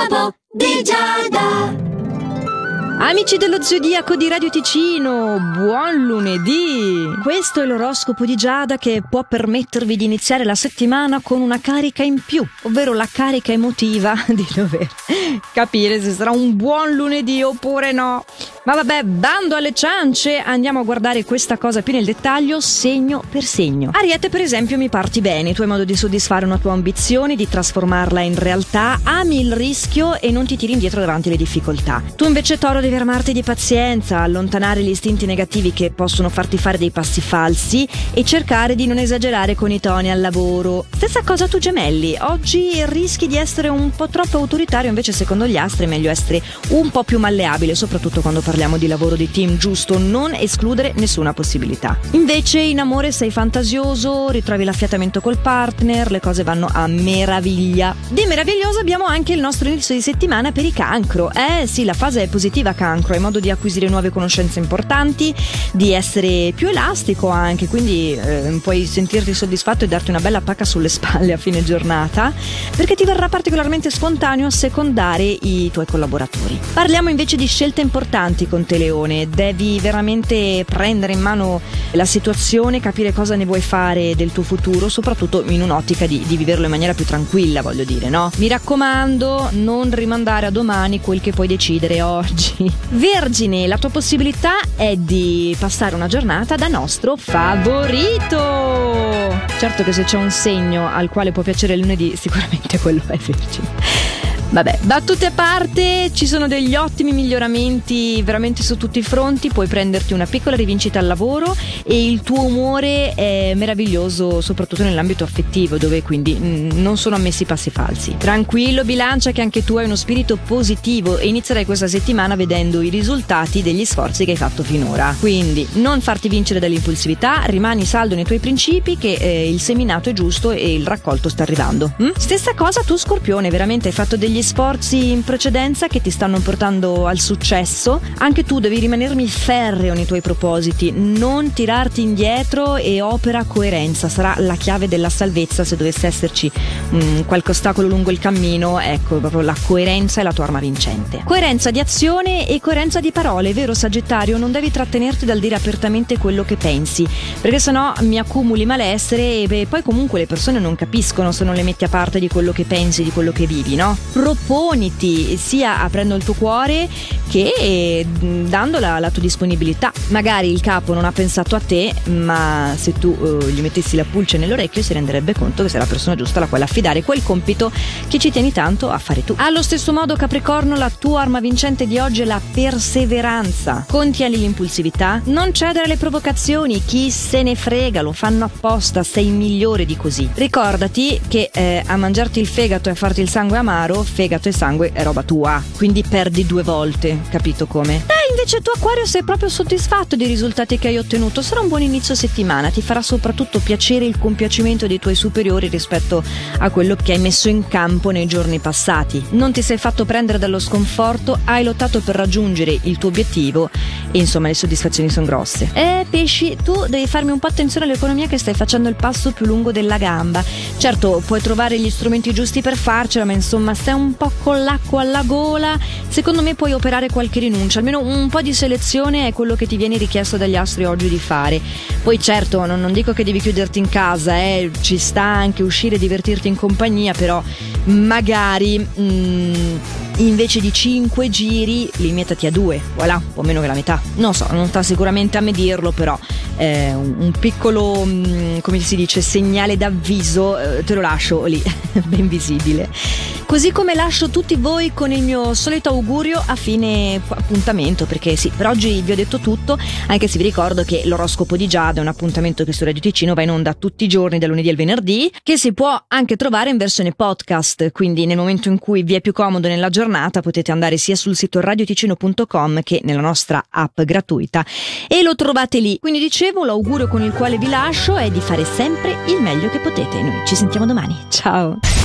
L'oroscopo di Giada. Amici dello Zodiaco di Radio Ticino, buon lunedì! Questo è l'oroscopo di Giada che può permettervi di iniziare la settimana con una carica in più, ovvero la carica emotiva di dover capire se sarà un buon lunedì oppure no. Ma vabbè, bando alle ciance, andiamo a guardare questa cosa più nel dettaglio, segno per segno. Ariete, per esempio, mi parti bene, tu hai modo di soddisfare una tua ambizione, di trasformarla in realtà, ami il rischio e non ti tiri indietro davanti alle difficoltà. Tu invece, Toro, devi armarti di pazienza, allontanare gli istinti negativi che possono farti fare dei passi falsi e cercare di non esagerare con i toni al lavoro. Stessa cosa tu, Gemelli, oggi rischi di essere un po' troppo autoritario, invece secondo gli astri è meglio essere un po' più malleabile, soprattutto quando parliamo di lavoro di team, giusto? Non escludere nessuna possibilità. Invece in amore sei fantasioso, ritrovi l'affiatamento col partner, le cose vanno a meraviglia. Di meraviglioso abbiamo anche il nostro inizio di settimana per i Cancro. Sì, la fase è positiva, Cancro, hai modo di acquisire nuove conoscenze importanti, di essere più elastico anche, quindi puoi sentirti soddisfatto e darti una bella pacca sulle spalle a fine giornata, perché ti verrà particolarmente spontaneo assecondare i tuoi collaboratori. Parliamo invece di scelte importanti con te, Leone. Devi veramente prendere in mano la situazione, capire cosa ne vuoi fare del tuo futuro, soprattutto in un'ottica di viverlo in maniera più tranquilla, voglio dire, no? Mi raccomando, non rimandare a domani quel che puoi decidere oggi. Vergine, la tua possibilità è di passare una giornata da nostro favorito. Certo che se c'è un segno al quale può piacere il lunedì, sicuramente quello è Vergine. Vabbè, battute a parte, ci sono degli ottimi miglioramenti veramente su tutti i fronti, puoi prenderti una piccola rivincita al lavoro e il tuo umore è meraviglioso, soprattutto nell'ambito affettivo, dove quindi non sono ammessi passi falsi. Tranquillo, Bilancia, che anche tu hai uno spirito positivo e inizierai questa settimana vedendo i risultati degli sforzi che hai fatto finora. Quindi non farti vincere dall'impulsività, rimani saldo nei tuoi principi, che il seminato è giusto e il raccolto sta arrivando. Stessa cosa tu, Scorpione, veramente hai fatto degli sforzi in precedenza che ti stanno portando al successo. Anche tu devi rimanermi ferreo nei tuoi propositi, non tirarti indietro e opera coerenza, sarà la chiave della salvezza se dovesse esserci qualche ostacolo lungo il cammino. Ecco, proprio la coerenza è la tua arma vincente. Coerenza di azione e coerenza di parole, vero Sagittario? Non devi trattenerti dal dire apertamente quello che pensi, perché sennò mi accumuli malessere e poi comunque le persone non capiscono se non le metti a parte di quello che pensi, di quello che vivi, no? Proponiti, sia aprendo il tuo cuore che dando la tua disponibilità. Magari il capo non ha pensato a te, ma se tu gli mettessi la pulce nell'orecchio si renderebbe conto che sei la persona giusta alla quale affidare quel compito che ci tieni tanto a fare tu. Allo stesso modo, Capricorno, la tua arma vincente di oggi è la perseveranza. Contieni l'impulsività, non cedere alle provocazioni, chi se ne frega, lo fanno apposta, sei migliore di così. Ricordati che a mangiarti il fegato e a farti il sangue amaro, fegato e sangue è roba tua, quindi perdi 2 volte, capito come? Invece tu, Acquario, sei proprio soddisfatto dei risultati che hai ottenuto, sarà un buon inizio settimana, ti farà soprattutto piacere il compiacimento dei tuoi superiori rispetto a quello che hai messo in campo nei giorni passati. Non ti sei fatto prendere dallo sconforto, hai lottato per raggiungere il tuo obiettivo e insomma le soddisfazioni sono grosse. Pesci, tu devi farmi un po' attenzione all'economia, che stai facendo il passo più lungo della gamba. Certo, puoi trovare gli strumenti giusti per farcela, ma insomma stai un po' con l'acqua alla gola. Secondo me puoi operare qualche rinuncia, almeno un po' di selezione è quello che ti viene richiesto dagli astri oggi di fare. Poi certo, non dico che devi chiuderti in casa, ci sta anche uscire e divertirti in compagnia, però magari invece di 5 giri limitati a 2, voilà, un po' meno che la metà. Non so, non sta sicuramente a me dirlo, però un piccolo, come si dice, segnale d'avviso te lo lascio lì, ben visibile. Così come lascio tutti voi con il mio solito augurio a fine appuntamento, perché sì, per oggi vi ho detto tutto, anche se vi ricordo che l'oroscopo di Giada è un appuntamento che su Radio Ticino va in onda tutti i giorni, dal lunedì al venerdì, che si può anche trovare in versione podcast, quindi nel momento in cui vi è più comodo nella giornata potete andare sia sul sito radioticino.com che nella nostra app gratuita e lo trovate lì. Quindi dicevo, l'augurio con il quale vi lascio è di fare sempre il meglio che potete. Noi ci sentiamo domani, ciao!